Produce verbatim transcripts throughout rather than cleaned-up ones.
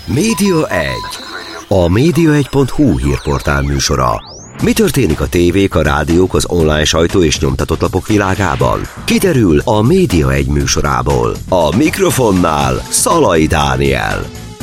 Média egy. A média egy pont hu hírportál műsora. Mi történik a tévék, a rádiók, az online sajtó és nyomtatott lapok világában? Kiderül a Média egy műsorából. A mikrofonnál Szalai Dániel.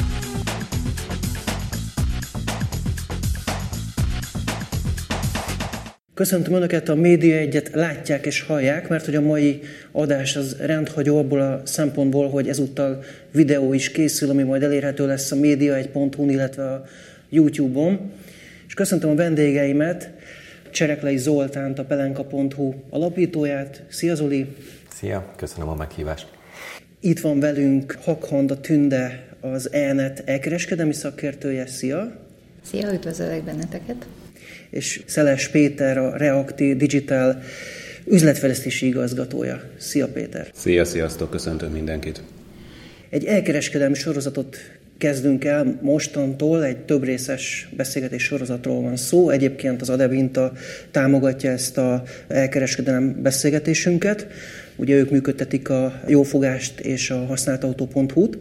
Köszöntöm Önöket, a Média egyet látják és hallják, mert hogy a mai adás az rendhagyó abból a szempontból, hogy ezúttal videó is készül, ami majd elérhető lesz a média egy pont hu-n, illetve a YouTube-on. És köszöntöm a vendégeimet, Csereklei Zoltánt, a pelenka pont hu alapítóját. Szia Zoli! Szia, köszönöm a meghívást! Itt van velünk Hakhanda Tünde, az e net elkereskedelmi szakértője. Szia! Szia, üdvözöllek benneteket! És Szeles Péter, a Reakti Digital üzletfejlesztési igazgatója. Szia Péter! Szia, sziasztok, köszöntöm mindenkit! Egy elkereskedelmi sorozatot kezdünk el mostantól, egy több részes beszélgetés sorozatról van szó. Egyébként az Adebinta támogatja ezt az elkereskedelem beszélgetésünket. Ugye ők működtetik a Jófogást és a használtautó pont hu-t.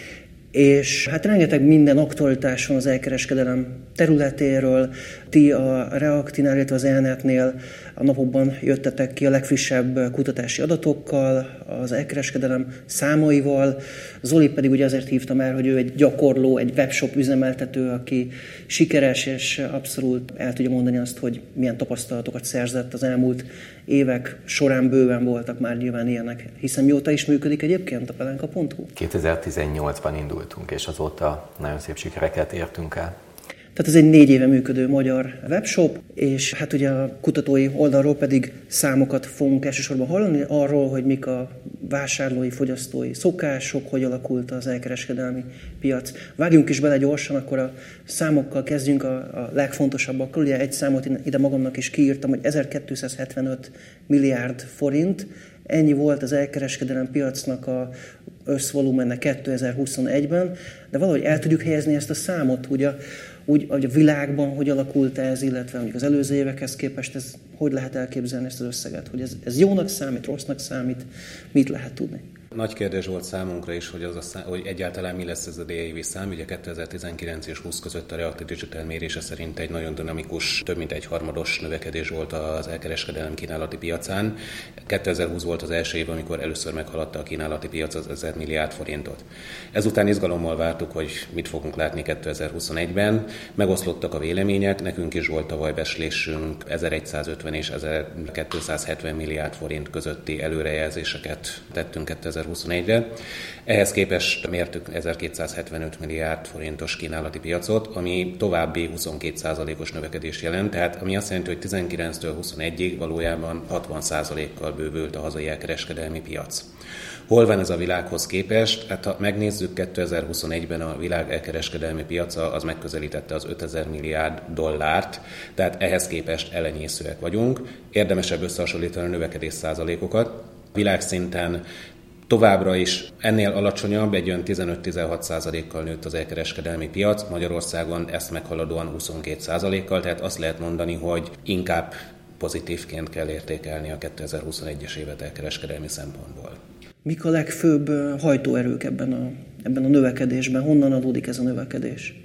És hát rengeteg minden aktualitás van az elkereskedelem területéről. Ti a Reaktinál, illetve az e netnél a napokban jöttetek ki a legfrissebb kutatási adatokkal, az elkereskedelem számaival. Zoli pedig ugye azért hívtam el, hogy ő egy gyakorló, egy webshop üzemeltető, aki sikeres, és abszolút el tudja mondani azt, hogy milyen tapasztalatokat szerzett az elmúlt évek során. Bőven voltak már nyilván ilyenek. Hiszen mióta is működik egyébként a pelenka pont hu? kétezer-tizennyolcban indultunk, és azóta nagyon szép sikereket értünk el. Tehát ez egy négy éve működő magyar webshop, és hát ugye a kutatói oldalról pedig számokat fogunk elsősorban hallani arról, hogy mik a vásárlói, fogyasztói szokások, hogy alakult az elkereskedelmi piac. Vágjunk is bele gyorsan, akkor a számokkal kezdjünk, a, a legfontosabbakkal. Ugye egy számot ide magamnak is kiírtam, hogy ezerkétszázhetvenöt milliárd forint, ennyi volt az elkereskedelem piacnak a összvolumenne kétezer-huszonegyben, de valahogy el tudjuk helyezni ezt a számot, ugye, úgy, hogy a világban hogy alakult ez, illetve mondjuk az előző évekhez képest, ez, hogy lehet elképzelni ezt az összeget? Hogy ez, ez jónak számít, rossznak számít, mit lehet tudni? Nagy kérdés volt számunkra is, hogy, az a szám, hogy egyáltalán mi lesz ez a déli szám. Ugye kétezer-tizenkilenc és húsz között a Reakti Digital mérése szerint egy nagyon dinamikus, több mint egy harmados növekedés volt az elkereskedelem kínálati piacán. kétezer-húsz volt az első év, amikor először meghaladta a kínálati piac az ezer milliárd forintot. Ezután izgalommal vártuk, hogy mit fogunk látni kétezer-huszonegyben. Megoszlottak a vélemények, nekünk is volt tavaly becslésünk ezeregyszázötven és ezerkétszázhetven milliárd forint közötti előrejelzéseket tettünk kétezer-huszonegyre. Ehhez képest mértük ezerkétszázhetvenöt milliárd forintos kínálati piacot, ami további huszonkét százalékos növekedést jelent, tehát ami azt jelenti, hogy tizenkilenctől huszonegyig valójában hatvan százalékkal bővült a hazai elkereskedelmi piac. Hol van ez a világhoz képest? Hát ha megnézzük, kétezer-huszonegyben a világ elkereskedelmi piaca az megközelítette az ötezer milliárd dollárt, tehát ehhez képest elenyészőek vagyunk. Érdemesebb összehasonlítani a növekedés százalékokat. Világszinten továbbra is ennél alacsonyabb, egy olyan tizenöt-tizenhat százalékkal nőtt az elkereskedelmi piac, Magyarországon ezt meghaladóan huszonkét százalékkal, tehát azt lehet mondani, hogy inkább pozitívként kell értékelni a kétezer-huszonegyes évet elkereskedelmi szempontból. Mik a legfőbb hajtóerők ebben a, ebben a növekedésben? Honnan adódik ez a növekedés?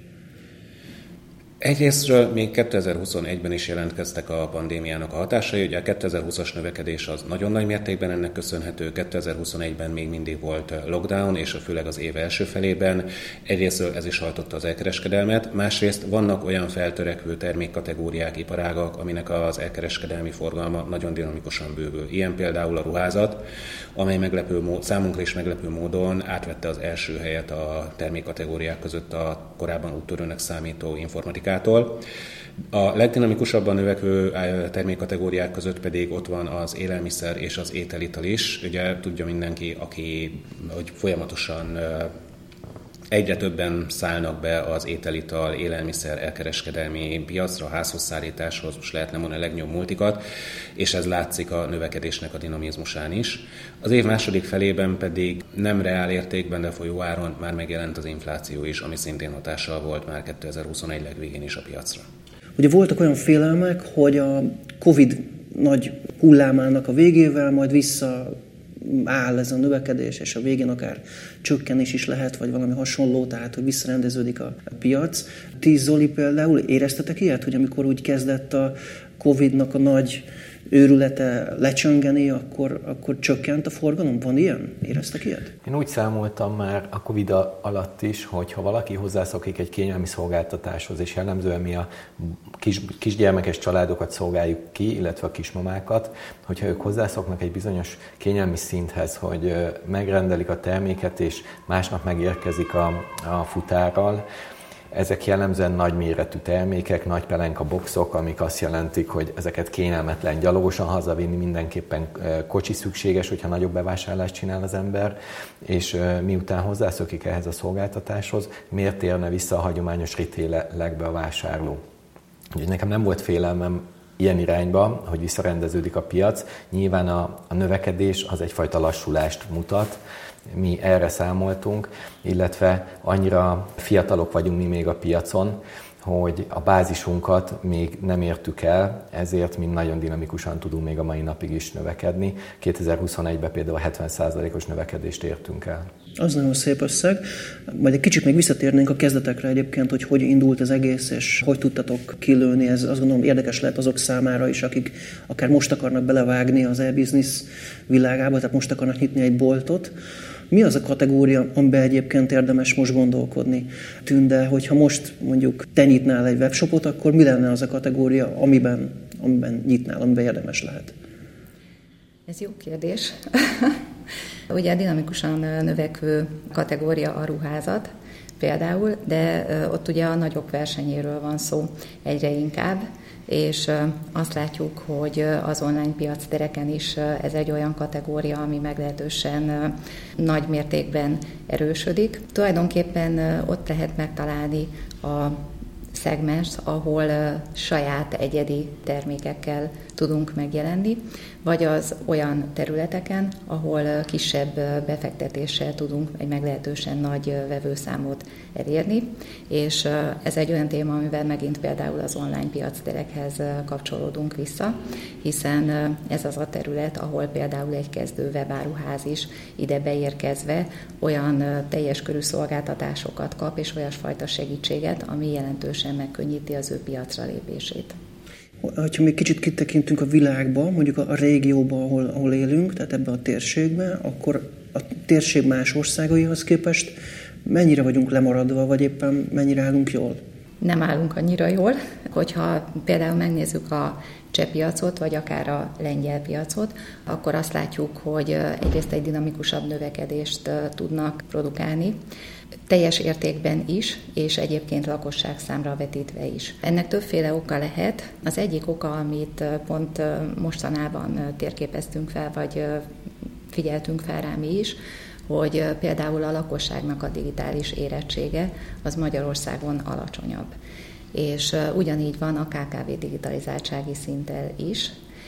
Egyrésztről még kétezer-huszonegyben is jelentkeztek a pandémiának a hatásai, ugye a kétezer-húszas növekedés az nagyon nagy mértékben ennek köszönhető, kétezer-huszonegyben még mindig volt lockdown, és főleg az év első felében. Egyrésztről ez is hajtotta az elkereskedelmet, másrészt vannak olyan feltörekvő termékkategóriák, iparágak, aminek az elkereskedelmi forgalma nagyon dinamikusan bővül. Ilyen például a ruházat, amely meglepő mód, számunkra is meglepő módon átvette az első helyet a termékkategóriák között a korábban úttörőnek számító informatikától. A legdinamikusabban növekvő termékkategóriák között pedig ott van az élelmiszer és az ételital is. Ugye tudja mindenki, aki hogy folyamatosan egyre többen szállnak be az ételital, élelmiszer elkereskedelmi piacra, a házhoz szállításhoz, most lehetne mondani a legnagyobb multikat, és ez látszik a növekedésnek a dinamizmusán is. Az év második felében pedig nem reál értékben, de folyó áron már megjelent az infláció is, ami szintén hatással volt már kétezer-huszonegy legvégén is a piacra. Ugye voltak olyan félelmek, hogy a Covid nagy hullámának a végével majd vissza áll ez a növekedés, és a végén akár csökkenés is lehet, vagy valami hasonló, tehát hogy visszarendeződik a piac. Ti, Zoli, például éreztetek ilyet, hogy amikor úgy kezdett a Covidnak a nagy őrülete lecsöngeni, akkor, akkor csökkent a forgalom? Van ilyen? Éreztek ilyet? Én úgy számoltam már a Covid alatt is, hogy ha valaki hozzászokik egy kényelmi szolgáltatáshoz, és jellemzően mi a kis, kisgyermekes családokat szolgáljuk ki, illetve a kismamákat, hogyha ők hozzászoknak egy bizonyos kényelmi szinthez, hogy megrendelik a terméket, és másnap megérkezik a, a futárral, ezek jellemzően nagyméretű termékek, nagy pelenka boxok, amik azt jelentik, hogy ezeket kényelmetlen gyalogosan hazavinni, mindenképpen kocsi szükséges, hogyha nagyobb bevásárlást csinál az ember, és miután hozzászokik ehhez a szolgáltatáshoz, miért térne vissza a hagyományos retailekbe a vásárló. Úgyhogy nekem nem volt félelmem ilyen irányba, hogy visszarendeződik a piac. Nyilván a, a növekedés az egyfajta lassulást mutat, mi erre számoltunk, illetve annyira fiatalok vagyunk mi még a piacon, hogy a bázisunkat még nem értük el, ezért mi nagyon dinamikusan tudunk még a mai napig is növekedni. kétezer-huszonegyben például hetven százalékos növekedést értünk el. Az nagyon szép összeg. Majd egy kicsit még visszatérnénk a kezdetekre egyébként, hogy hogy indult az egész, és hogy tudtatok kilőni. Ez azt gondolom érdekes lehet azok számára is, akik akár most akarnak belevágni az e-business világába, tehát most akarnak nyitni egy boltot. Mi az a kategória, amiben egyébként érdemes most gondolkodni? Tünde, hogyha most mondjuk te nyitnál egy webshopot, akkor mi lenne az a kategória, amiben, amiben nyitnál, amiben érdemes lehet? Ez jó kérdés. Ugye a dinamikusan növekvő kategória a ruházat például, de ott ugye a nagyok versenyéről van szó egyre inkább, és azt látjuk, hogy az online piac tereken is ez egy olyan kategória, ami meglehetősen nagy mértékben erősödik. Tulajdonképpen ott lehet megtalálni a szegmens, ahol saját egyedi termékekkel tudunk megjelenni, vagy az olyan területeken, ahol kisebb befektetéssel tudunk egy meglehetősen nagy vevőszámot elérni, és ez egy olyan téma, amivel megint például az online piacterekhez kapcsolódunk vissza, hiszen ez az a terület, ahol például egy kezdő webáruház is ide beérkezve olyan teljes körű szolgáltatásokat kap, és olyasfajta segítséget, ami jelentősen megkönnyíti az ő piacra lépését. Ha még kicsit kitekintünk a világba, mondjuk a régióba, ahol, ahol élünk, tehát ebben a térségben, akkor a térség más országaihoz képest mennyire vagyunk lemaradva, vagy éppen mennyire állunk jól? Nem állunk annyira jól. Hogyha például megnézzük a cseh piacot, vagy akár a lengyel piacot, akkor azt látjuk, hogy egyrészt egy dinamikusabb növekedést tudnak produkálni, teljes értékben is, és egyébként lakosságszámra vetítve is. Ennek többféle oka lehet. Az egyik oka, amit pont mostanában térképeztünk fel, vagy figyeltünk fel rá mi is, hogy például a lakosságnak a digitális érettsége az Magyarországon alacsonyabb. És ugyanígy van a ká ká vé digitalizáltsági szinttel is,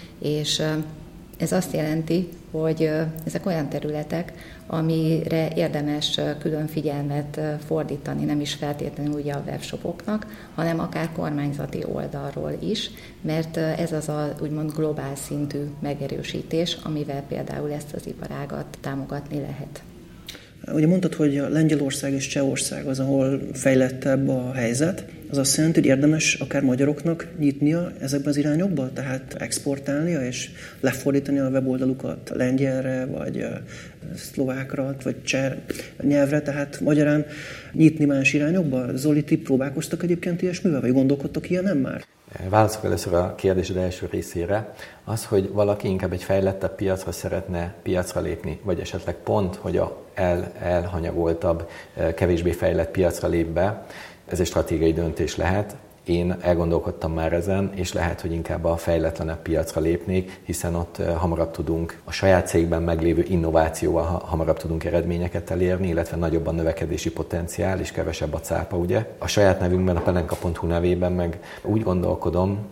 és ez azt jelenti, hogy ezek olyan területek, amire érdemes külön figyelmet fordítani, nem is feltétlenül ugye a webshopoknak, hanem akár kormányzati oldalról is, mert ez az a úgymond globál szintű megerősítés, amivel például ezt az iparágat támogatni lehet. Ugye mondtad, hogy a Lengyelország és Csehország az, ahol fejlettebb a helyzet. Az azt jelenti, hogy érdemes akár magyaroknak nyitnia ezekben az irányokba, tehát exportálnia és lefordítani a weboldalukat lengyelre, vagy szlovákra, vagy cseh nyelvre, tehát magyarán nyitni más irányokba. Zoli, ti próbálkoztak egyébként ilyesmivel, vagy gondolkodtok ilyen nem már? Válaszolok először a kérdésed első részére. Az, hogy valaki inkább egy fejlettebb piacra szeretne piacra lépni, vagy esetleg pont, hogy a el, elhanyagoltabb, kevésbé fejlett piacra lép be, ez egy stratégiai döntés lehet. Én elgondolkodtam már ezen, és lehet, hogy inkább a fejletlenebb piacra lépnék, hiszen ott hamarabb tudunk a saját cégben meglévő innovációval hamarabb tudunk eredményeket elérni, illetve nagyobb a növekedési potenciál, és kevesebb a cápa, ugye. A saját nevünkben, a pelenka pont hu nevében meg úgy gondolkodom,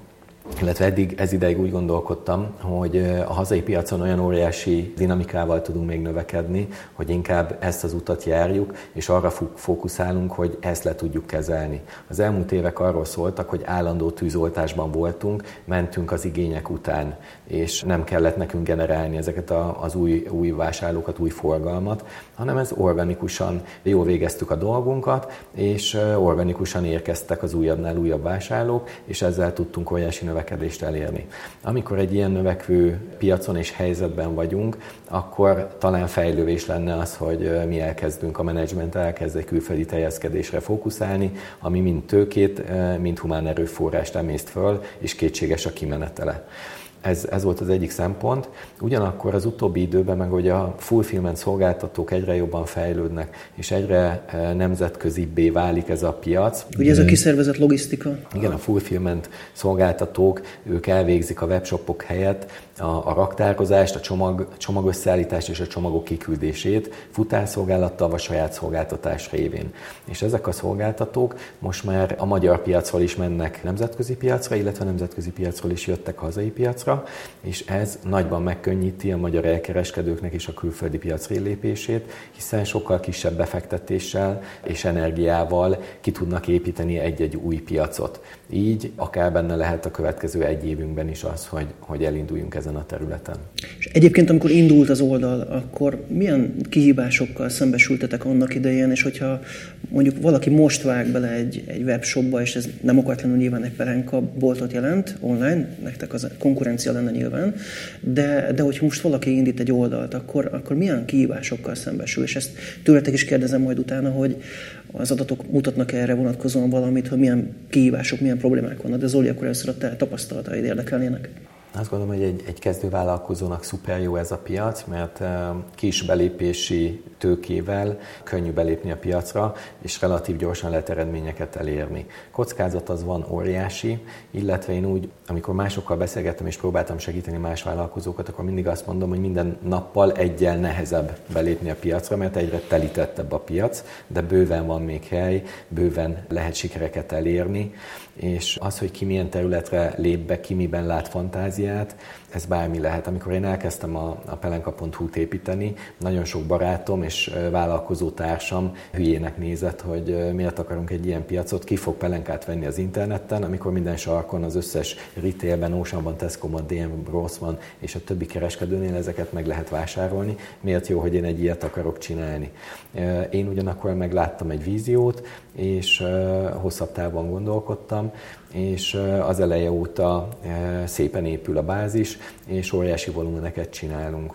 illetve eddig ez ideig úgy gondolkodtam, hogy a hazai piacon olyan óriási dinamikával tudunk még növekedni, hogy inkább ezt az utat járjuk, és arra fókuszálunk, hogy ezt le tudjuk kezelni. Az elmúlt évek arról szóltak, hogy állandó tűzoltásban voltunk, mentünk az igények után, és nem kellett nekünk generálni ezeket az új, új vásárlókat, új forgalmat, hanem ez organikusan jól végeztük a dolgunkat, és organikusan érkeztek az újabbnál újabb vásárlók, és ezzel tudtunk óriási növekedést elérni. Amikor egy ilyen növekvő piacon és helyzetben vagyunk, akkor talán fejlődés lenne az, hogy mi elkezdünk, a menedzsment elkezd egy külföldi terjeszkedésre fókuszálni, ami mind tőkét, mind humán erőforrást emészt föl, és kétséges a kimenetele. Ez, ez volt az egyik szempont. Ugyanakkor az utóbbi időben meg, hogy a fulfillment szolgáltatók egyre jobban fejlődnek, és egyre nemzetközibbé válik ez a piac. Ugye ez a kiszervezett logisztika? Igen, a fulfillment szolgáltatók, ők elvégzik a webshopok helyett a, a raktározást, a csomag, csomagösszeállítást és a csomagok kiküldését futárszolgálattal vagy saját szolgáltatás révén. És ezek a szolgáltatók most már a magyar piacról is mennek nemzetközi piacra, illetve nemzetközi piacról is jöttek hazai piacra, és ez nagyban megkönnyíti a magyar elkereskedőknek is a külföldi piacra lépését, hiszen sokkal kisebb befektetéssel és energiával ki tudnak építeni egy-egy új piacot. Így akár benne lehet a következő egy évünkben is az, hogy, hogy elinduljunk ezen a területen. És egyébként, amikor indult az oldal, akkor milyen kihívásokkal szembesültetek annak idején, és hogyha mondjuk valaki most vág bele egy, egy webshopba, és ez nem okatlanul nyilván egy Pelenka boltot jelent online, nektek az konkurencia lenne nyilván, de, de hogyha most valaki indít egy oldalt, akkor, akkor milyen kihívásokkal szembesül? És ezt tőletek is kérdezem majd utána, hogy az adatok mutatnak erre vonatkozóan valamit, hogy milyen kihívások, milyen problémák vannak, de Zoli, akkor először a te tapasztalataid érdekelnének. Azt gondolom, hogy egy, egy kezdővállalkozónak szuper jó ez a piac, mert kis belépési tőkével könnyű belépni a piacra, és relatív gyorsan lehet eredményeket elérni. Kockázat az van óriási, illetve én úgy, amikor másokkal beszélgettem és próbáltam segíteni más vállalkozókat, akkor mindig azt mondom, hogy minden nappal egyel nehezebb belépni a piacra, mert egyre telítettebb a piac, de bőven van még hely, bőven lehet sikereket elérni, és az, hogy ki milyen területre lép be, ki miben lát fantáziát, ez bármi lehet. Amikor én elkezdtem a, a pelenka pont hu-t építeni, nagyon sok barátom és vállalkozó társam hülyének nézett, hogy miért akarunk egy ilyen piacot, ki fog pelenkát venni az interneten, amikor minden sarkon, az összes retailben, Oceanban, Tesco-ban, dé em, Rossmann és a többi kereskedőnél ezeket meg lehet vásárolni. Miért jó, hogy én egy ilyet akarok csinálni? Én ugyanakkor megláttam egy víziót, és hosszabb távon gondolkodtam, és az eleje óta szépen épül a bázis, és óriási volumeneket csinálunk.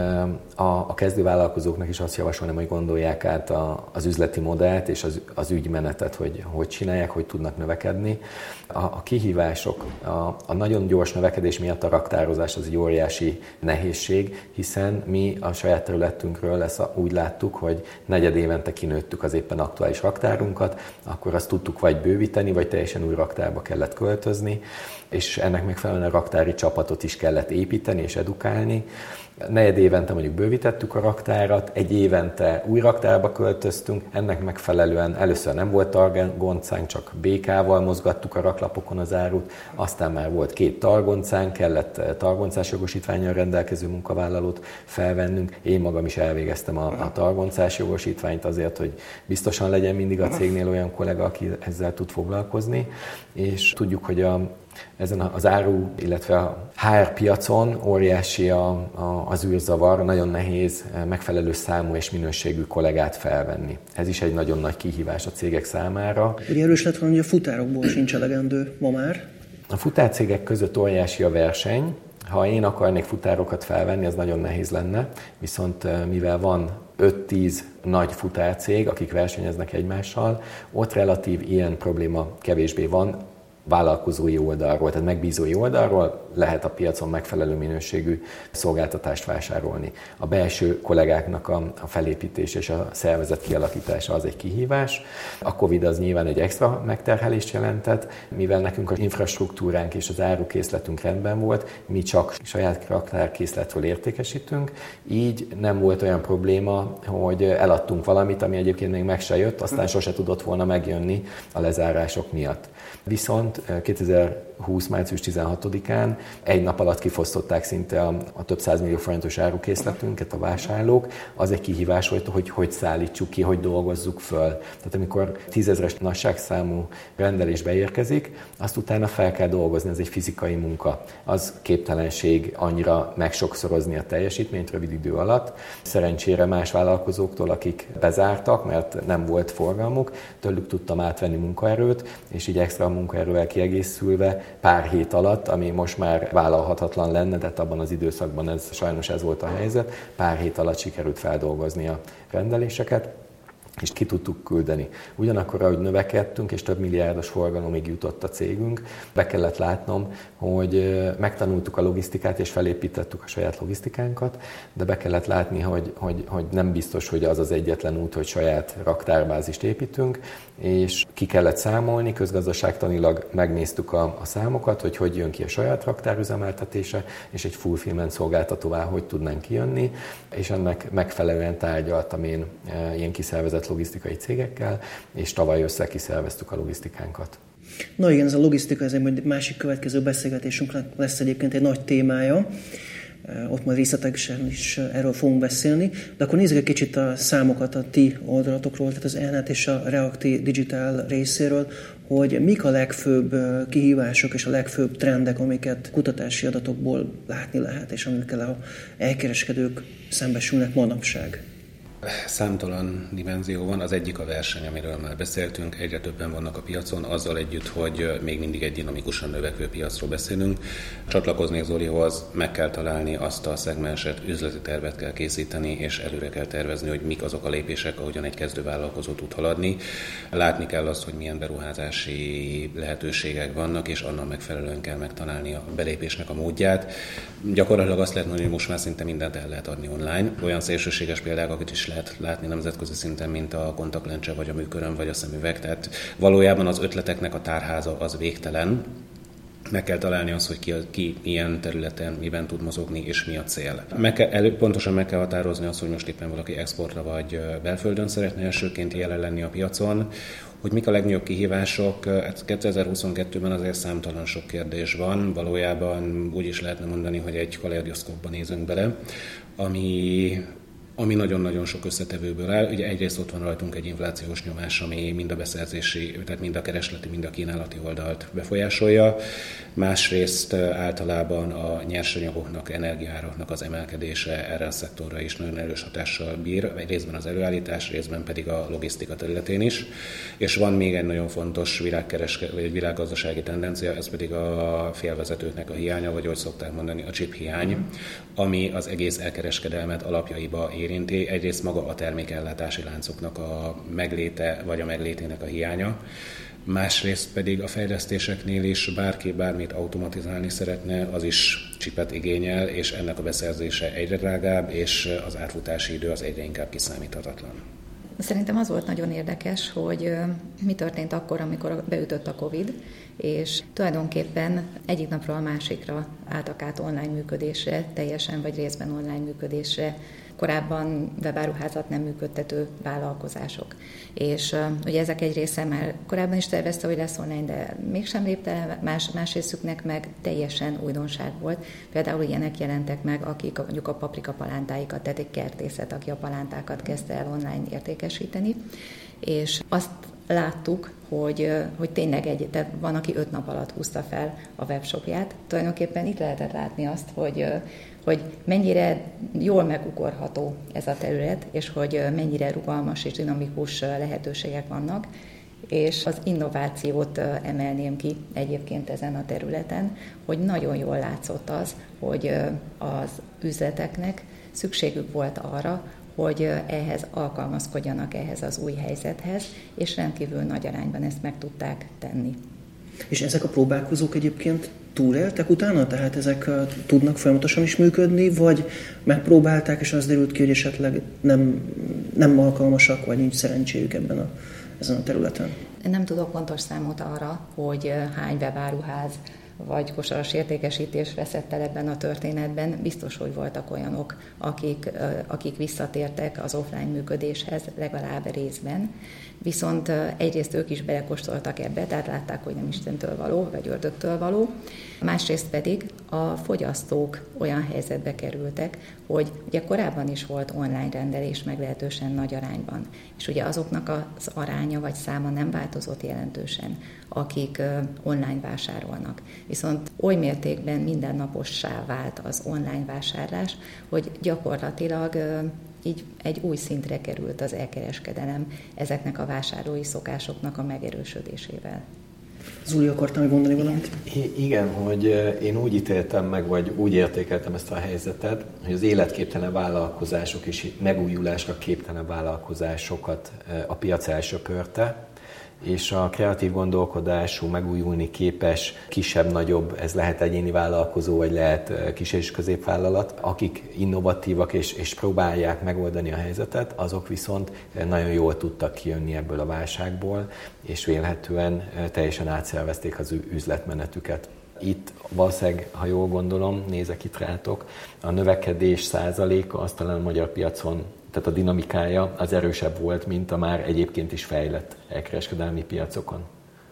A, a kezdővállalkozóknak is azt javasolnám, hogy gondolják át a, az üzleti modellt és az, az ügymenetet, hogy hogy csinálják, hogy tudnak növekedni. A, a kihívások, a, a nagyon gyors növekedés miatt a raktározás az egy óriási nehézség, hiszen mi a saját területünkről ezt úgy láttuk, hogy negyed évente kinőttük az éppen aktuális raktárunkat, akkor azt tudtuk vagy bővíteni, vagy teljesen új raktárba kellett költözni, és ennek megfelelően a raktári csapatot is kellett építeni és edukálni. Negyed évente mondjuk bővítettük a raktárat, egy évente új raktárba költöztünk, ennek megfelelően először nem volt targoncánk, csak bé ká-val mozgattuk a raklapokon az árut, aztán már volt két targoncánk, kellett targoncás jogosítvánnyal rendelkező munkavállalót felvennünk. Én magam is elvégeztem a, a targoncás jogosítványt azért, hogy biztosan legyen mindig a cégnél olyan kollega, aki ezzel tud foglalkozni, és tudjuk, hogy a ezen az áru, illetve a há er piacon óriási a, a, az űrzavar, nagyon nehéz megfelelő számú és minőségű kollégát felvenni. Ez is egy nagyon nagy kihívás a cégek számára. Ugye erős lett volna, hogy a futárokból sincs elegendő ma már. A futárcégek között óriási a verseny. Ha én akarnék futárokat felvenni, az nagyon nehéz lenne, viszont mivel van öt-tíz nagy futárcég, akik versenyeznek egymással, ott relatív ilyen probléma kevésbé van, vállalkozói oldalról, tehát megbízói oldalról lehet a piacon megfelelő minőségű szolgáltatást vásárolni. A belső kollégáknak a, a felépítés és a szervezet kialakítása az egy kihívás. A Covid az nyilván egy extra megterhelést jelentett, mivel nekünk az infrastruktúránk és az árukészletünk rendben volt, mi csak saját raktárkészletről értékesítünk, így nem volt olyan probléma, hogy eladtunk valamit, ami egyébként még meg se jött, aztán sose tudott volna megjönni a lezárások miatt. Viszont pont. kétezer-húsz. március tizenhatodikán egy nap alatt kifosztották szinte a, a több százmillió forintos árukészletünket a vásárlók. Az egy kihívás volt, hogy hogy szállítsuk ki, hogy dolgozzuk föl. Tehát amikor tízezres nagyságszámú rendelés beérkezik, azt utána fel kell dolgozni, ez egy fizikai munka. Az képtelenség annyira megsokszorozni a teljesítményt rövid idő alatt. Szerencsére más vállalkozóktól, akik bezártak, mert nem volt forgalmuk, tőlük tudtam átvenni munkaerőt, és így extra munkaerővel kiegészülve pár hét alatt, ami most már vállalhatatlan lenne, de abban az időszakban ez sajnos ez volt a helyzet, pár hét alatt sikerült feldolgozni a rendeléseket, és ki tudtuk küldeni. Ugyanakkor, ahogy növekedtünk, és több milliárdos forgalomig jutott a cégünk, be kellett látnom, hogy megtanultuk a logisztikát, és felépítettük a saját logisztikánkat, de be kellett látni, hogy, hogy, hogy nem biztos, hogy az az egyetlen út, hogy saját raktárbázist építünk, és ki kellett számolni, közgazdaságtanilag megnéztük a, a számokat, hogy hogy jön ki a saját raktárüzemeltetése, és egy fulfillment szolgáltatóvá hogy tudnánk kijönni, és ennek megfelelően tárgyaltam én e, ilyen kiszervezett logisztikai cégekkel, és tavaly össze kiszerveztük a logisztikánkat. Na igen, ez a logisztika, ez egy másik következő beszélgetésünk lesz egyébként egy nagy témája. Ott majd részletesen is erről fogunk beszélni. De akkor nézzük egy kicsit a számokat a ti oldalatokról, tehát az Elnet és a Reakti Digital részéről, hogy mik a legfőbb kihívások és a legfőbb trendek, amiket kutatási adatokból látni lehet, és amikkel a elkereskedők szembesülnek manapság. Számtalan dimenzió van. Az egyik a verseny, amiről már beszéltünk. Egyre többen vannak a piacon, azzal együtt, hogy még mindig egy dinamikusan növekvő piacról beszélünk. Csatlakozni Zolihoz, meg kell találni azt a szegmenset, üzleti tervet kell készíteni, és előre kell tervezni, hogy mik azok a lépések, ahogyan egy kezdővállalkozó tud haladni. Látni kell azt, hogy milyen beruházási lehetőségek vannak, és annak megfelelően kell megtalálni a belépésnek a módját. Gyakorlatilag azt lehet mondani, hogy most már szinte mindent el lehet adni online. Olyan szélsőséges példákat is lehet látni nemzetközi szinten, mint a kontaktlencse, vagy a műköröm, vagy a szemüveg. Tehát valójában az ötleteknek a tárháza az végtelen. Meg kell találni azt, hogy ki, ki milyen területen, miben tud mozogni, és mi a cél. Meg kell, elő, pontosan meg kell határozni azt, hogy most éppen valaki exportra vagy belföldön szeretne elsőként jelen lenni a piacon, hogy mik a legnagyobb kihívások. kétezer-huszonkettőben azért számtalan sok kérdés van. Valójában úgy is lehetne mondani, hogy egy kaleidoszkópba nézünk bele, ami... ami nagyon-nagyon sok összetevőből áll. Ugye egyrészt ott van rajtunk egy inflációs nyomás, ami mind a beszerzési, tehát mind a keresleti, mind a kínálati oldalt befolyásolja. Másrészt általában a nyersanyagoknak, energiaáraknak az emelkedése erre a szektorra is nagyon erős hatással bír, részben az előállítás, részben pedig a logisztika területén is. És van még egy nagyon fontos világkereske, vagy egy világgazdasági tendencia, ez pedig a félvezetőknek a hiánya, vagy ahogy szokták mondani, a chip hiány, ami az egész elkereskedelmet alapjaiba érinti. Egyrészt maga a termékellátási láncoknak a megléte, vagy a meglétének a hiánya. Másrészt pedig a fejlesztéseknél is bárki bármit automatizálni szeretne, az is csipet igényel, és ennek a beszerzése egyre drágább, és az átfutási idő az egyre inkább kiszámíthatatlan. Szerintem az volt nagyon érdekes, hogy mi történt akkor, amikor beütött a Covid, és tulajdonképpen egyik napról a másikra álltak át online működésre, teljesen vagy részben online működésre, korábban webáruházat nem működtető vállalkozások. És uh, ugye ezek egy része már korábban is tervezte, hogy lesz online, de mégsem lépte, más, más részüknek meg teljesen újdonság volt. Például ilyenek jelentek meg, akik mondjuk a paprika palántáikat, tehát egy kertészet, aki a palántákat kezdte el online értékesíteni, és azt láttuk, hogy, hogy tényleg egy, tehát van, aki öt nap alatt húzta fel a webshopját. Tulajdonképpen itt lehetett látni azt, hogy, hogy mennyire jól megugorható ez a terület, és hogy mennyire rugalmas és dinamikus lehetőségek vannak, és az innovációt emelném ki egyébként ezen a területen, hogy nagyon jól látszott az, hogy az üzleteknek szükségük volt arra, hogy ehhez alkalmazkodjanak, ehhez az új helyzethez, és rendkívül nagy arányban ezt meg tudták tenni. És ezek a próbálkozók egyébként túléltek utána? Tehát ezek tudnak folyamatosan is működni, vagy megpróbálták, és az derült ki, hogy esetleg nem, nem alkalmasak, vagy nincs szerencséjük ebben a, ezen a területen? Nem tudok pontos számot arra, hogy hány webáruház vagy kosaras értékesítés veszett el ebben a történetben. Biztos, hogy voltak olyanok, akik, akik visszatértek az offline működéshez legalább részben, viszont egyrészt ők is belekóstoltak ebbe, tehát látták, hogy nem Istentől való, vagy ördögtől való, másrészt pedig a fogyasztók olyan helyzetbe kerültek, hogy ugye korábban is volt online rendelés meglehetősen nagy arányban, és ugye azoknak az aránya vagy száma nem változott jelentősen, akik online vásárolnak. Viszont oly mértékben mindennapossá vált az online vásárlás, hogy gyakorlatilag így egy új szintre került az elkereskedelem ezeknek a vásárlói szokásoknak a megerősödésével. Zuli, akartam mondani valamit? Igen, hogy én úgy ítéltem meg, vagy úgy értékeltem ezt a helyzetet, hogy az életképtelen vállalkozások és megújulásra képtelen vállalkozásokat a piac elsöpörte, és a kreatív gondolkodású, megújulni képes, kisebb-nagyobb, ez lehet egyéni vállalkozó, vagy lehet kis- és középvállalat, akik innovatívak és, és próbálják megoldani a helyzetet, azok viszont nagyon jól tudtak kijönni ebből a válságból, és vélhetően teljesen átszervezték az üzletmenetüket. Itt valószínűleg, ha jól gondolom, nézek itt rátok, a növekedés százaléka az talán a magyar piacon, tehát a dinamikája az erősebb volt, mint a már egyébként is fejlett elkereskedelmi piacokon.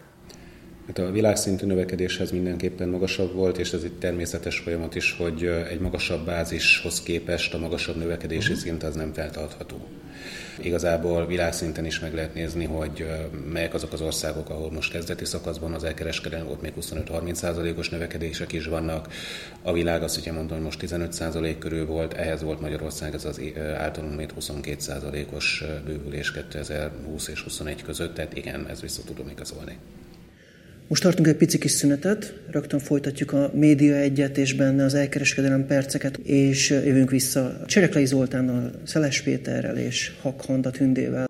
Hát a világszintű növekedéshez mindenképpen magasabb volt, és ez egy természetes folyamat is, hogy egy magasabb bázishoz képest a magasabb növekedési uh-huh. szint az nem feltartható. Igazából világszinten is meg lehet nézni, hogy melyek azok az országok, ahol most kezdeti szakaszban az elkereskedelem volt, még huszonöt-harminc százalékos növekedések is vannak. A világ azt ugye mondom, hogy most tizenöt százalék körül volt, ehhez volt Magyarország, ez az általunk még huszonkét százalékos bővülés kétezer-húsz és huszonegy között, tehát igen, ez vissza tudom igazolni. Most tartunk egy pici kis szünetet, rögtön folytatjuk a Média egyet és benne az elkereskedelem perceket, és jövünk vissza Csereklei Zoltánnal, Szeles Péterrel és Hak Handa Tündével.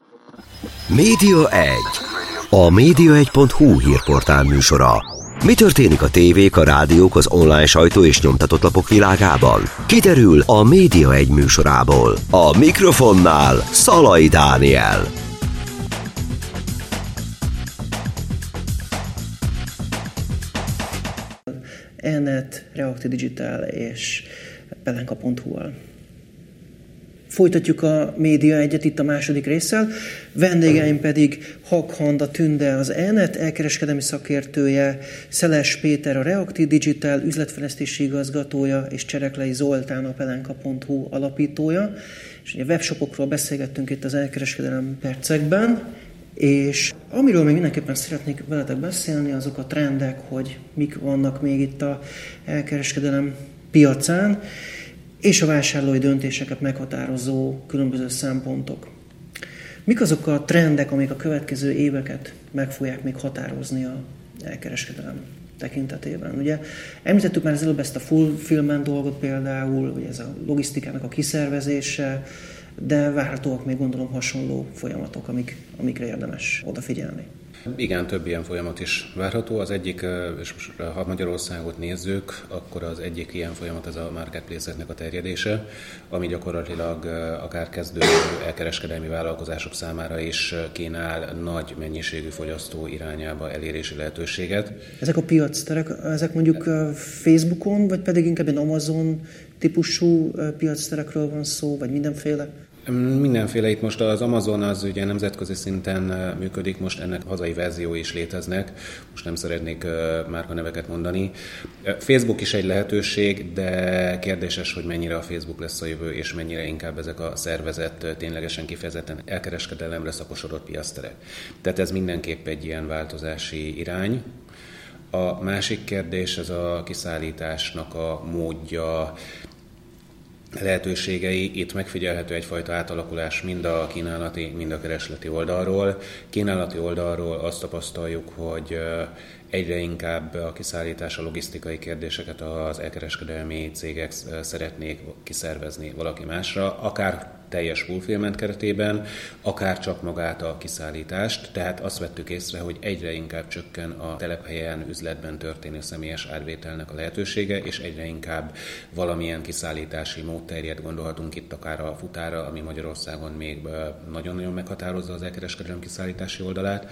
Média egy. A média egy pont hú hírportál műsora. Mi történik a tévék, a rádiók, az online sajtó és nyomtatott lapok világában? Kiderül a Média egy műsorából. A mikrofonnál Szalai Dániel. E-net, Reaktív Digital és pelenka pont hú-val. Folytatjuk a Média egyet itt a második résszel. Vendégeim pedig Hak Handa Tünde, az E-net elkereskedelmi szakértője, Szeles Péter, a Reaktív Digital üzletfejlesztési igazgatója, és Csereklei Zoltán, a pelenka pont hú alapítója. És ugye webshopokról beszélgettünk itt az elkereskedelem percekben, és amiről még mindenképpen szeretnék veletek beszélni, azok a trendek, hogy mik vannak még itt a elkereskedelem piacán, és a vásárlói döntéseket meghatározó különböző szempontok. Mik azok a trendek, amik a következő éveket meg fogják még határozni a elkereskedelem tekintetében? Ugye említettük már az előbb ezt a fulfillment dolgot például, ugye ez a logisztikának a kiszervezése, de várhatóak még gondolom hasonló folyamatok, amik, amikre érdemes odafigyelni. Igen, több ilyen folyamat is várható. Az egyik, és most ha Magyarországot nézzük, akkor az egyik ilyen folyamat ez a marketplace-eknek a terjedése, ami gyakorlatilag akár kezdő elkereskedelmi vállalkozások számára is kínál nagy mennyiségű fogyasztó irányába elérési lehetőséget. Ezek a piacterek, ezek mondjuk Facebookon, vagy pedig inkább egy Amazon típusú piacterekről van szó, vagy mindenféle? Mindenféle. Itt most az Amazon az ugye nemzetközi szinten működik, most ennek hazai verziói is léteznek, most nem szeretnék márkaneveket mondani. Facebook is egy lehetőség, de kérdéses, hogy mennyire a Facebook lesz a jövő, és mennyire inkább ezek a szervezett, ténylegesen kifejezetten elkereskedelemre szakosodott piacterek. Tehát ez mindenképp egy ilyen változási irány. A másik kérdés, ez a kiszállításnak a módja, lehetőségei. Itt megfigyelhető egyfajta átalakulás mind a kínálati, mind a keresleti oldalról. Kínálati oldalról azt tapasztaljuk, hogy egyre inkább a kiszállítás, a logisztikai kérdéseket az elkereskedelmi cégek szeretnék kiszervezni valaki másra, akár teljes fulfillment keretében, akár csak magát a kiszállítást. Tehát azt vettük észre, hogy egyre inkább csökken a telephelyen, üzletben történő személyes árvételnek a lehetősége, és egyre inkább valamilyen kiszállítási mód terjed, gondolhatunk itt akár a futára, ami Magyarországon még nagyon-nagyon meghatározza az elkereskedelem kiszállítási oldalát,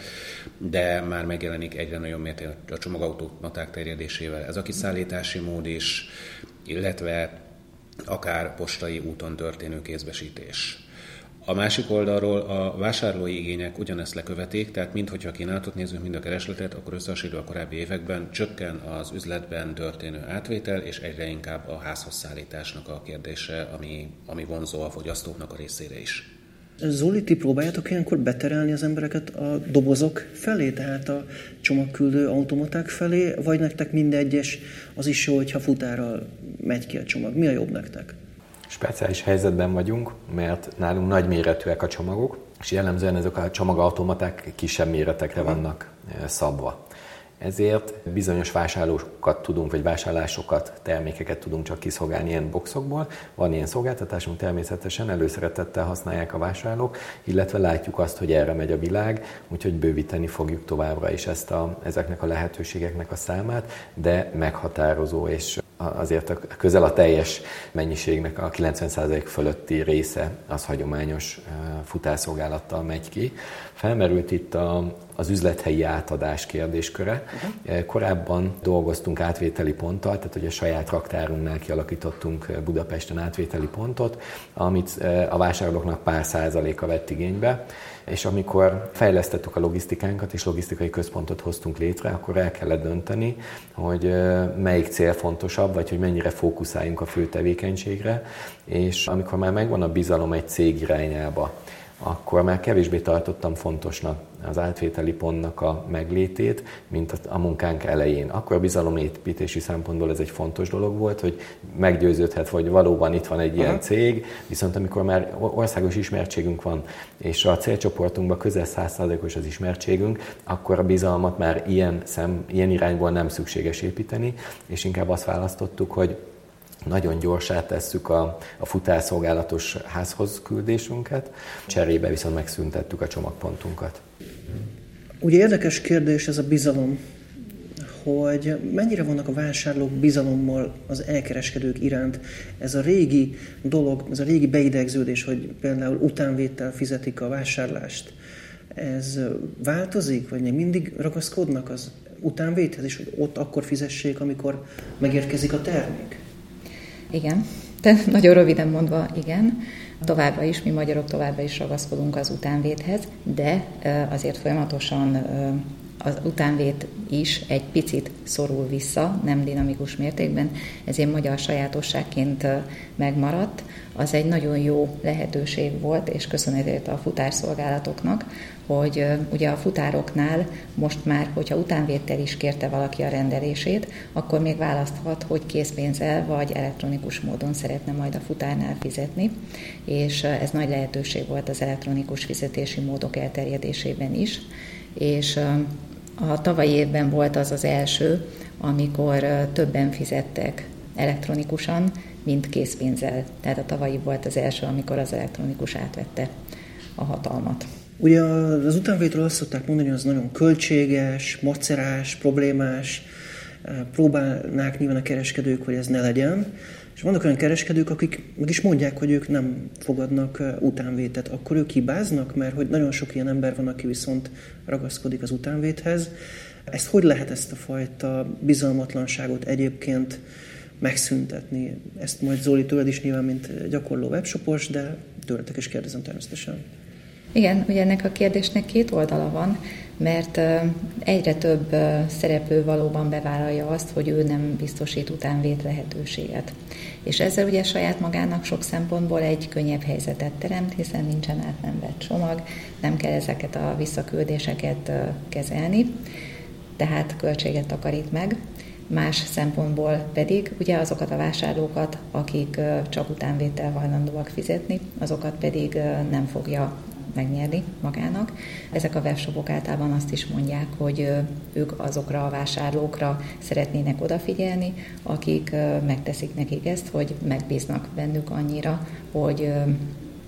de már megjelenik egyre nagyobb mértékben a csomagautomaták terjedésével ez a kiszállítási mód is, illetve akár postai úton történő kézbesítés. A másik oldalról a vásárlói igények ugyanezt lekövetik, tehát minthogyha a kínálatot nézzük, mind a keresletet, akkor összehasonlítva a korábbi években csökken az üzletben történő átvétel, és egyre inkább a házhoz szállításnak a kérdése, ami, ami vonzó a fogyasztóknak a részére is. Zoli, ti próbáljátok ilyenkor beterelni az embereket a dobozok felé, tehát a csomagküldő automaták felé, vagy nektek mindegyes az is jó, hogyha futárral megy ki a csomag? Mi a jobb nektek? Speciális helyzetben vagyunk, mert nálunk nagy méretűek a csomagok, és jellemzően ezek a csomagautomaták kisebb méretekre vannak szabva. Ezért bizonyos vásárlókat tudunk, vagy vásárlásokat, termékeket tudunk csak kiszolgálni ilyen boxokból. Van ilyen szolgáltatásunk természetesen, előszeretettel használják a vásárlók, illetve látjuk azt, hogy erre megy a világ, úgyhogy bővíteni fogjuk továbbra is ezt a, ezeknek a lehetőségeknek a számát, de meghatározó, és azért a, közel a teljes mennyiségnek a kilencven százalék fölötti része az hagyományos futárszolgálattal megy ki. Felmerült itt a, az üzlethelyi átadás kérdésköre. Uh-huh. Korábban dolgoztunk átvételi ponttal, tehát hogy a saját raktárunknál kialakítottunk Budapesten átvételi pontot, amit a vásárlóknak pár százaléka vett igénybe, és amikor fejlesztettük a logisztikánkat és logisztikai központot hoztunk létre, akkor el kellett dönteni, hogy melyik cél fontosabb, vagy hogy mennyire fókuszáljunk a fő tevékenységre, és amikor már megvan a bizalom egy cég irányába, akkor már kevésbé tartottam fontosnak az átvételi pontnak a meglétét, mint a munkánk elején. Akkor a bizalomépítési szempontból ez egy fontos dolog volt, hogy meggyőződhet, hogy valóban itt van egy Aha. ilyen cég, viszont amikor már országos ismertségünk van, és a célcsoportunkban közel száz százalékos az ismertségünk, akkor a bizalmat már ilyen, szem, ilyen irányból nem szükséges építeni, és inkább azt választottuk, hogy nagyon gyorsá tesszük a, a futárszolgálatos házhoz küldésünket, cserébe viszont megszüntettük a csomagpontunkat. Ugye érdekes kérdés ez a bizalom, hogy mennyire vannak a vásárlók bizalommal az elkereskedők iránt. Ez a régi dolog, ez a régi beidegződés, hogy például utánvéttel fizetik a vásárlást, ez változik, vagy még mindig ragaszkodnak az utánvételhez, és hogy ott akkor fizessék, amikor megérkezik a termék? Igen, de nagyon röviden mondva igen. Továbbra is, mi magyarok továbbra is ragaszkodunk az utánvéthez, de azért folyamatosan az utánvét is egy picit szorul vissza, nem dinamikus mértékben, ezért magyar sajátosságként megmaradt. Az egy nagyon jó lehetőség volt, és köszönhető a futárszolgálatoknak, hogy ugye a futároknál most már, hogyha utánvéttel is kérte valaki a rendelését, akkor még választhat, hogy készpénzzel vagy elektronikus módon szeretne majd a futárnál fizetni, és ez nagy lehetőség volt az elektronikus fizetési módok elterjedésében is, és a tavalyi évben volt az az első, amikor többen fizettek elektronikusan, mint készpénzzel. Tehát a tavalyi volt az első, amikor az elektronikus átvette a hatalmat. Ugye az utánvételről azt szokták mondani, hogy az nagyon költséges, macerás, problémás, próbálnák nyilván a kereskedők, hogy ez ne legyen. És vannak olyan kereskedők, akik meg is mondják, hogy ők nem fogadnak utánvétet. Akkor ők hibáznak, mert hogy nagyon sok ilyen ember van, aki viszont ragaszkodik az utánvéthez. Ezt hogy lehet ezt a fajta bizalmatlanságot egyébként megszüntetni? Ezt majd Zoli tőled is nyilván, mint gyakorló webshopos, de tőletek is kérdezem természetesen. Igen, ugye ennek a kérdésnek két oldala van, mert egyre több szereplő valóban bevállalja azt, hogy ő nem biztosít utánvét lehetőséget. És ezzel ugye saját magának sok szempontból egy könnyebb helyzetet teremt, hiszen nincsen át nem vett csomag, nem kell ezeket a visszaküldéseket kezelni, tehát költséget takarít meg. Más szempontból pedig ugye azokat a vásárlókat, akik csak utánvéttel hajlandóak fizetni, azokat pedig nem fogja megnyerni magának. Ezek a webshopok általában azt is mondják, hogy ők azokra a vásárlókra szeretnének odafigyelni, akik megteszik nekik ezt, hogy megbíznak bennük annyira, hogy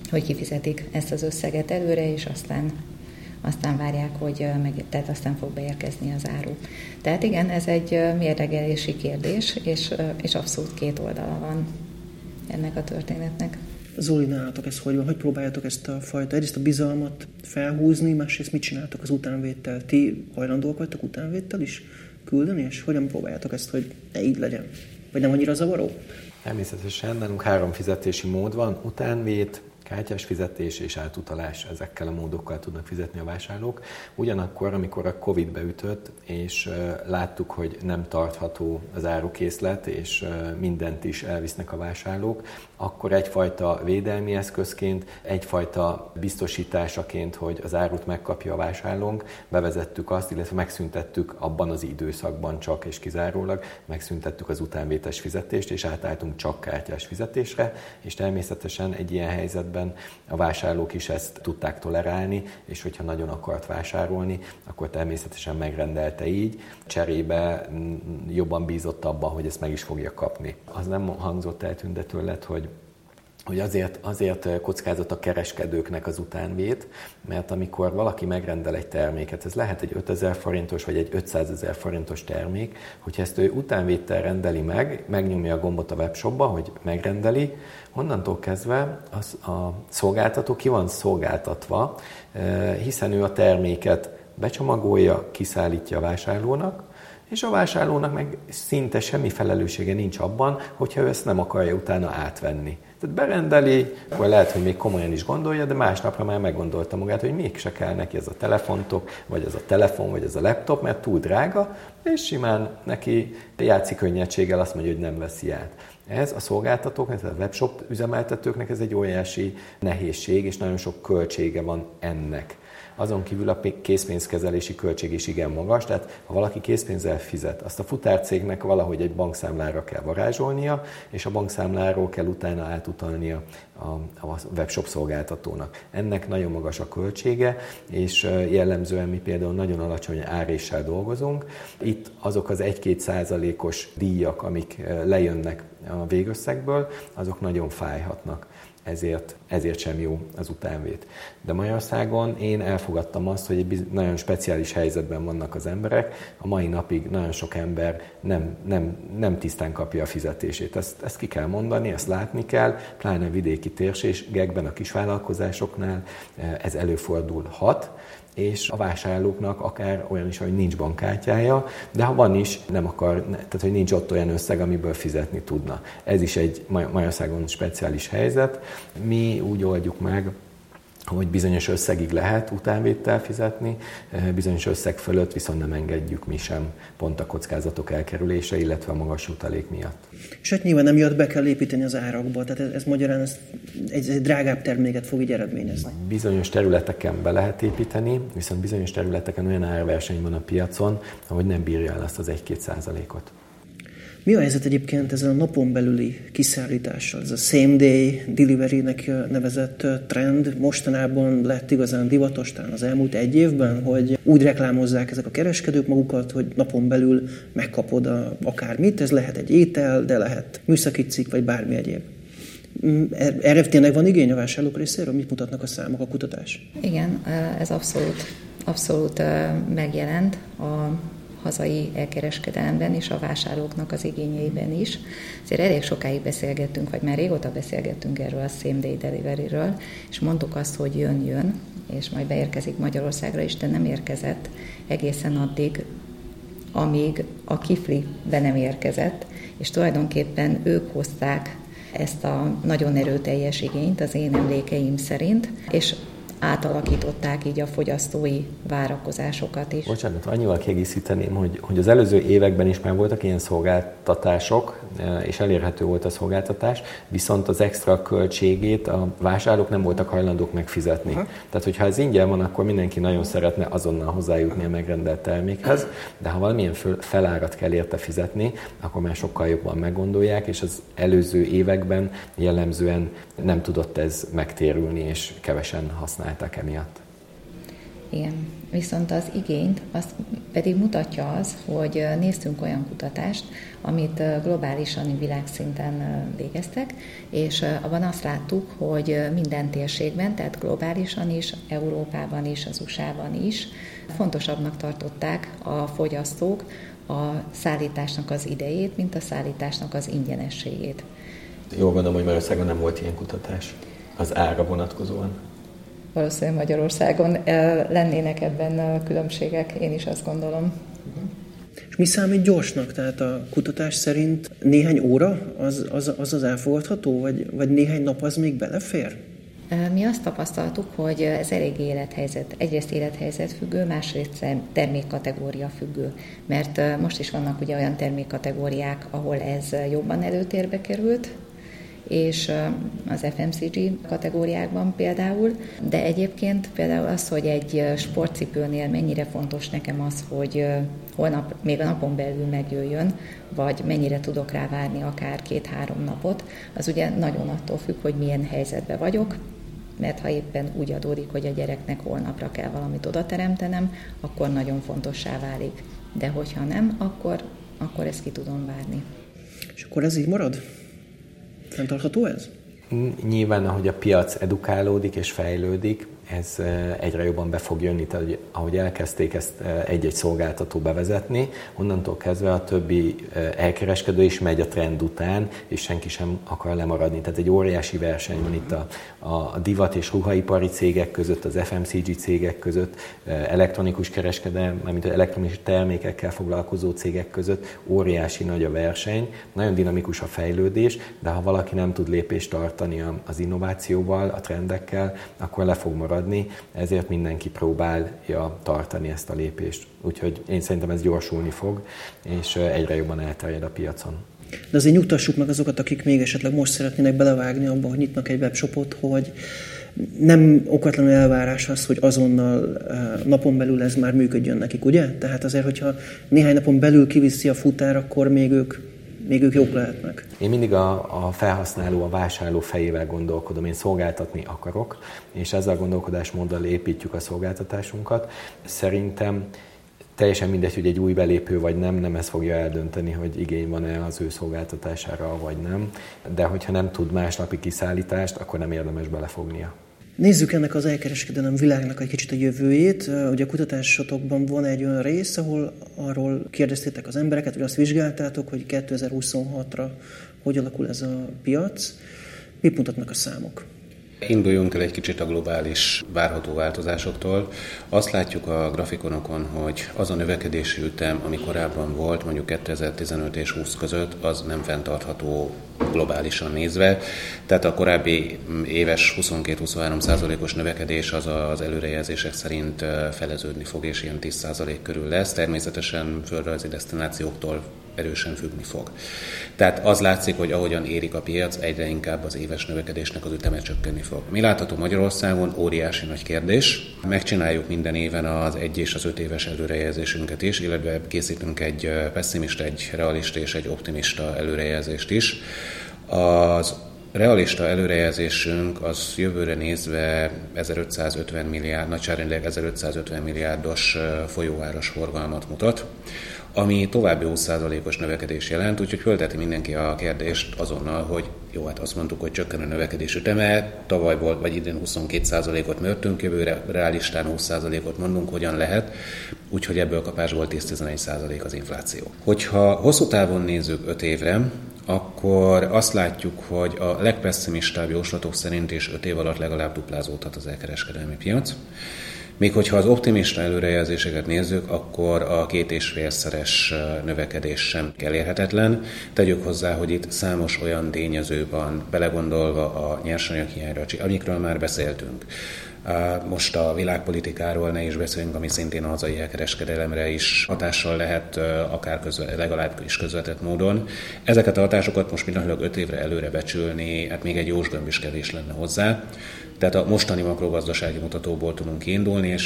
hogy kifizetik ezt az összeget előre, és aztán, aztán várják, hogy meg, tehát aztán fog beérkezni az áru. Tehát igen, ez egy mérlegelési kérdés, és, és abszolút két oldala van ennek a történetnek. Zoli, nálatok ez hogy van? Hogy próbáljátok ezt a fajta, egyrészt a bizalmat felhúzni, másrészt mit csináltok az utánvéttel? Ti hajlandóak vagytok utánvéttel is küldeni, és hogyan próbáljátok ezt, hogy ne így legyen? Vagy nem annyira zavaró? Természetesen nálunk három fizetési mód van, utánvét, kártyás fizetés és átutalás, ezekkel a módokkal tudnak fizetni a vásárlók. Ugyanakkor, amikor a Covid beütött, és láttuk, hogy nem tartható az árukészlet, és mindent is elvisznek a vásárlók, akkor egyfajta védelmi eszközként, egyfajta biztosításaként, hogy az árut megkapja a vásárlónk, bevezettük azt, illetve megszüntettük abban az időszakban csak és kizárólag, megszüntettük az utánvétes fizetést, és átálltunk csak kártyás fizetésre, és természetesen egy ilyen helyzetben a vásárlók is ezt tudták tolerálni, és hogyha nagyon akart vásárolni, akkor természetesen megrendelte így. Cserébe jobban bízott abban, hogy ezt meg is fogja kapni. Az nem hangzott el tünde tőled, hogy hogy azért, azért kockázat a kereskedőknek az utánvét, mert amikor valaki megrendel egy terméket, ez lehet egy ötezer forintos vagy egy ötszázezer forintos termék, hogyha ezt ő utánvéttel rendeli meg, megnyomja a gombot a webshopba, hogy megrendeli, onnantól kezdve az, a szolgáltató ki van szolgáltatva, hiszen ő a terméket becsomagolja, kiszállítja a vásárlónak, és a vásárlónak meg szinte semmi felelőssége nincs abban, hogyha ő ezt nem akarja utána átvenni. Tehát berendeli, akkor lehet, hogy még komolyan is gondolja, de másnapra már meggondolta magát, hogy mégse kell neki ez a telefontok, vagy ez a telefon, vagy ez a laptop, mert túl drága, és simán neki játszik könnyedséggel azt mondja, hogy nem veszi át. Ez a szolgáltatóknak, tehát a webshop üzemeltetőknek ez egy óriási nehézség, és nagyon sok költsége van ennek. Azon kívül a készpénzkezelési költség is igen magas, tehát ha valaki készpénzzel fizet, azt a futárcégnek valahogy egy bankszámlára kell varázsolnia, és a bankszámláról kell utána átutalnia a, a webshop szolgáltatónak. Ennek nagyon magas a költsége, és jellemzően mi például nagyon alacsony áréssel dolgozunk. Itt azok az egy-két százalékos díjak, amik lejönnek a végösszegből, azok nagyon fájhatnak. Ezért, ezért sem jó az utánvét. De Magyarországon én elfogadtam azt, hogy egy nagyon speciális helyzetben vannak az emberek. A mai napig nagyon sok ember nem, nem, nem tisztán kapja a fizetését. Ezt, ezt ki kell mondani, ezt látni kell, pláne vidéki térségekben, a kisvállalkozásoknál ez előfordulhat, és a vásárlóknak akár olyan is, hogy nincs bankkártyája, de ha van is, nem akar, tehát hogy nincs ott olyan összeg, amiből fizetni tudna. Ez is egy Magyarországon speciális helyzet. Mi úgy oldjuk meg, hogy bizonyos összegig lehet utánvéttel fizetni, bizonyos összeg fölött viszont nem engedjük mi sem, pont a kockázatok elkerülése, illetve a magas jutalék miatt. És hát nyilván emiatt be kell építeni az árakba, tehát ez, ez magyarán ez egy, egy drágább terméket fog így eredményezni. Bizonyos területeken be lehet építeni, viszont bizonyos területeken olyan árverseny van a piacon, hogy nem bírja el azt az egy-két százalékot. Mi a helyzet egyébként ezzel a napon belüli kiszállítással? Ez a same day delivery-nek nevezett trend mostanában lett igazán divatos, talán az elmúlt egy évben, hogy úgy reklámozzák ezek a kereskedők magukat, hogy napon belül megkapod a, akármit, ez lehet egy étel, de lehet műszaki cikk, vagy bármi egyéb. Erre tényleg van igény a vásárlók részéről? Mit mutatnak a számok, a kutatás? Igen, ez abszolút, abszolút megjelent a hazai elkereskedelemben és a vásárlóknak az igényeiben is. Ezért elég sokáig beszélgettünk, vagy már régóta beszélgettünk erről a same day deliveryről, és mondtuk azt, hogy jön, jön, és majd beérkezik Magyarországra is, de nem érkezett egészen addig, amíg a kifli be nem érkezett, és tulajdonképpen ők hozták ezt a nagyon erőteljes igényt az én emlékeim szerint, és átalakították így a fogyasztói várakozásokat is. Bocsánat, annyival kiegészíteném, hogy, hogy az előző években is már voltak ilyen szolgáltatások, és elérhető volt a szolgáltatás, viszont az extra költségét a vásárlók nem voltak hajlandók megfizetni. Aha. Tehát, hogyha ez ingyen van, akkor mindenki nagyon szeretne azonnal hozzájutni a megrendelt termékhez, de ha valamilyen föl, felárat kell érte fizetni, akkor már sokkal jobban meggondolják, és az előző években jellemzően nem tudott ez megtérülni, és kevesen használták emiatt. Igen. Viszont az igényt, azt pedig mutatja az, hogy néztünk olyan kutatást, amit globálisan, világszinten végeztek, és abban azt láttuk, hogy minden térségben, tehát globálisan is, Európában is, az u es á-ban is fontosabbnak tartották a fogyasztók a szállításnak az idejét, mint a szállításnak az ingyenességét. Jól gondolom, hogy Magyarországon nem volt ilyen kutatás az ára vonatkozóan. Valószínűleg Magyarországon lennének ebben különbségek, én is azt gondolom. És mi számít gyorsnak? Tehát a kutatás szerint néhány óra az az, az, az elfogadható, vagy, vagy néhány nap az még belefér? Mi azt tapasztaltuk, hogy ez elég élethelyzet, egyrészt élethelyzet függő, másrészt termékkategória függő. Mert most is vannak ugye olyan termékkategóriák, ahol ez jobban előtérbe került, és az ef em cé gé kategóriákban például, de egyébként például az, hogy egy sportcipőnél mennyire fontos nekem az, hogy holnap még a napon belül megjöjjön, vagy mennyire tudok rá várni akár két-három napot, az ugye nagyon attól függ, hogy milyen helyzetben vagyok, mert ha éppen úgy adódik, hogy a gyereknek holnapra kell valamit oda teremtenem, akkor nagyon fontossá válik. De hogyha nem, akkor, akkor ezt ki tudom várni. És akkor ez így marad? Fenntartható ez? Nyilván, ahogy a piac edukálódik és fejlődik, ez egyre jobban be fog jönni, tehát ahogy elkezdték ezt egy-egy szolgáltató bevezetni, onnantól kezdve a többi elkereskedő is megy a trend után, és senki sem akar lemaradni. Tehát egy óriási verseny van itt a, a divat és ruhaipari cégek között, az ef em cé gé cégek között, elektronikus kereskedelem, mármint elektronikus termékekkel foglalkozó cégek között, óriási nagy a verseny, nagyon dinamikus a fejlődés, de ha valaki nem tud lépést tartani az innovációval, a trendekkel, akkor le fog maradni. Ezért mindenki próbálja tartani ezt a lépést. Úgyhogy én szerintem ez gyorsulni fog, és egyre jobban elterjed a piacon. De azért nyugtassuk meg azokat, akik még esetleg most szeretnének belevágni abba, hogy nyitnak egy webshopot, hogy nem okvetlenül elvárás az, hogy azonnal napon belül ez már működjön nekik, ugye? Tehát azért, hogyha néhány napon belül kiviszi a futár, akkor még ők még ők jók lehetnek. Én mindig a, a felhasználó, a vásárló fejével gondolkodom. Én szolgáltatni akarok, és ezzel a gondolkodásmóddal építjük a szolgáltatásunkat. Szerintem teljesen mindegy, hogy egy új belépő vagy nem, nem ez fogja eldönteni, hogy igény van-e az ő szolgáltatására, vagy nem. De hogyha nem tud másnapi kiszállítást, akkor nem érdemes belefognia. Nézzük ennek az elkereskedelem világnak egy kicsit a jövőjét. Ugye a kutatásotokban van egy olyan rész, ahol arról kérdeztétek az embereket, vagy azt vizsgáltátok, hogy kétezer-huszonhatra hogy alakul ez a piac. Mit mutatnak a számok? Induljunk el egy kicsit a globális várható változásoktól. Azt látjuk a grafikonokon, hogy az a növekedési ütem, ami korábban volt, mondjuk kétezer-tizenöt és húsz között, az nem fenntartható globálisan nézve. Tehát a korábbi éves huszonkét-huszonhárom százalékos növekedés az az előrejelzések szerint feleződni fog, és ilyen tíz százalék körül lesz. Természetesen földrajzi desztinációktól erősen függni fog. Tehát az látszik, hogy ahogyan érik a piac, egyre inkább az éves növekedésnek az üteme csökkenni fog. Mi látható Magyarországon óriási nagy kérdés. Megcsináljuk minden éven az egy és az öt éves előrejelzésünket is, illetve készítünk egy pessimista, egy realista és egy optimista előrejelzést is. Az realista előrejelzésünk az jövőre nézve ezerötszázötven milliárd, nagyságrendileg ezerötszázötven milliárdos folyóáras forgalmat mutat, ami további húsz százalékos növekedés jelent, úgyhogy fölteti mindenki a kérdést azonnal, hogy jó, hát azt mondtuk, hogy csökken a növekedés üteme, tavaly volt, vagy idén huszonkét százalékot mértünk, jövőre reálistán húsz százalékot mondunk, hogyan lehet, úgyhogy ebből kapásból tíz-tizenegy százalék az infláció. Hogyha hosszú távon nézzük öt évre, akkor azt látjuk, hogy a legpesszimistább jóslatok szerint is öt év alatt legalább duplázódhat az elkereskedelmi piac. Még hogyha az optimista előrejelzéseket nézzük, akkor a két és félszeres növekedés sem elérhetetlen. Tegyük hozzá, hogy itt számos olyan tényező van, belegondolva a nyersanyaghiányra, amikről már beszéltünk. Most a világpolitikáról ne is beszélünk, ami szintén a hazai elkereskedelemre is hatással lehet, akár közve, legalább is közvetett módon. Ezeket a hatásokat most pillanatnyilag öt évre előre becsülni, hát még egy jósgömb is kevés lenne hozzá. Tehát a mostani makrogazdasági mutatóból tudunk kiindulni, és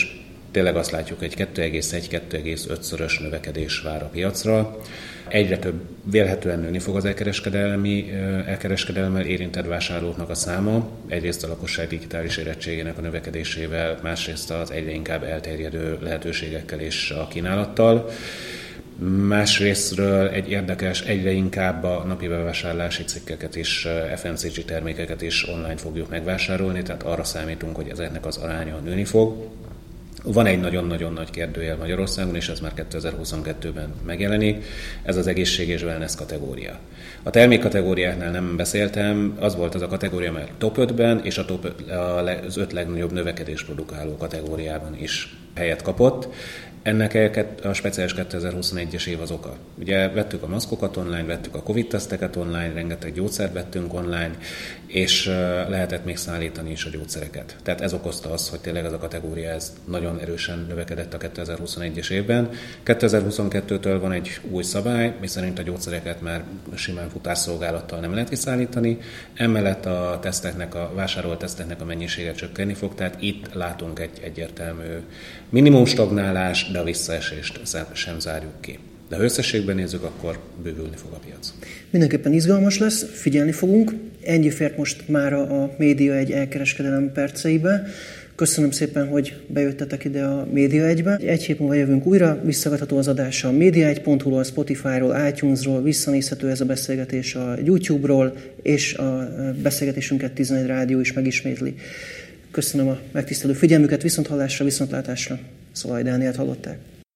Tényleg azt látjuk, hogy kettő egész egy-kettő egész öt-szörös növekedés vár a piacra. Egyre több, vélhetően nőni fog az elkereskedelmi, elkereskedelemmel érintett vásárlóknak a száma. Egyrészt a lakosság digitális érettségének a növekedésével, másrészt az egyre inkább elterjedő lehetőségekkel és a kínálattal. Másrésztről egy érdekes, egyre inkább a napi bevásárlási cikkeket és ef em cé gé termékeket is online fogjuk megvásárolni, tehát arra számítunk, hogy ezeknek az aránya nőni fog. Van egy nagyon-nagyon nagy kérdőjel Magyarországon, és ez már kétezer-huszonkettőben megjelenik, ez az egészség és wellness kategória. A termékkategóriáknál nem beszéltem, az volt az a kategória, mert top ötben és a top öt, az öt legnagyobb növekedés produkáló kategóriában is helyet kapott. Ennek a speciális kétezer-huszonegyes év az oka. Ugye vettük a maszkokat online, vettük a Covid-teszteket online, rengeteg gyógyszert vettünk online, és lehetett még szállítani is a gyógyszereket. Tehát ez okozta azt, hogy tényleg ez a kategória ez nagyon erősen növekedett a kétezer-huszonegyes évben. kétezer-huszonkettőtől van egy új szabály, miszerint a gyógyszereket már simán futásszolgálattal nem lehet kiszállítani. Emellett a teszteknek, a vásárolt teszteknek a mennyisége csökkenni fog, tehát itt látunk egy egyértelmű minimum stagnálás, de a visszaesést sem zárjuk ki. De ha összességben nézzük, akkor bővülni fog a piac. Mindenképpen izgalmas lesz, figyelni fogunk. Ennyi fért most már a Média egy elkereskedelem perceibe. Köszönöm szépen, hogy bejöttetek ide a Média egybe. Egy hét múlva jövünk újra, visszavethető az adása a média egy pont hu-ról, Spotify-ról, iTunes-ról, visszanézhető ez a beszélgetés a YouTube-ról, és a beszélgetésünket tizenegy rádió is megismétli. Köszönöm a megtisztelő figyelmüket, viszonthallásra, viszontlátásra. Szalai Dánielt hallották.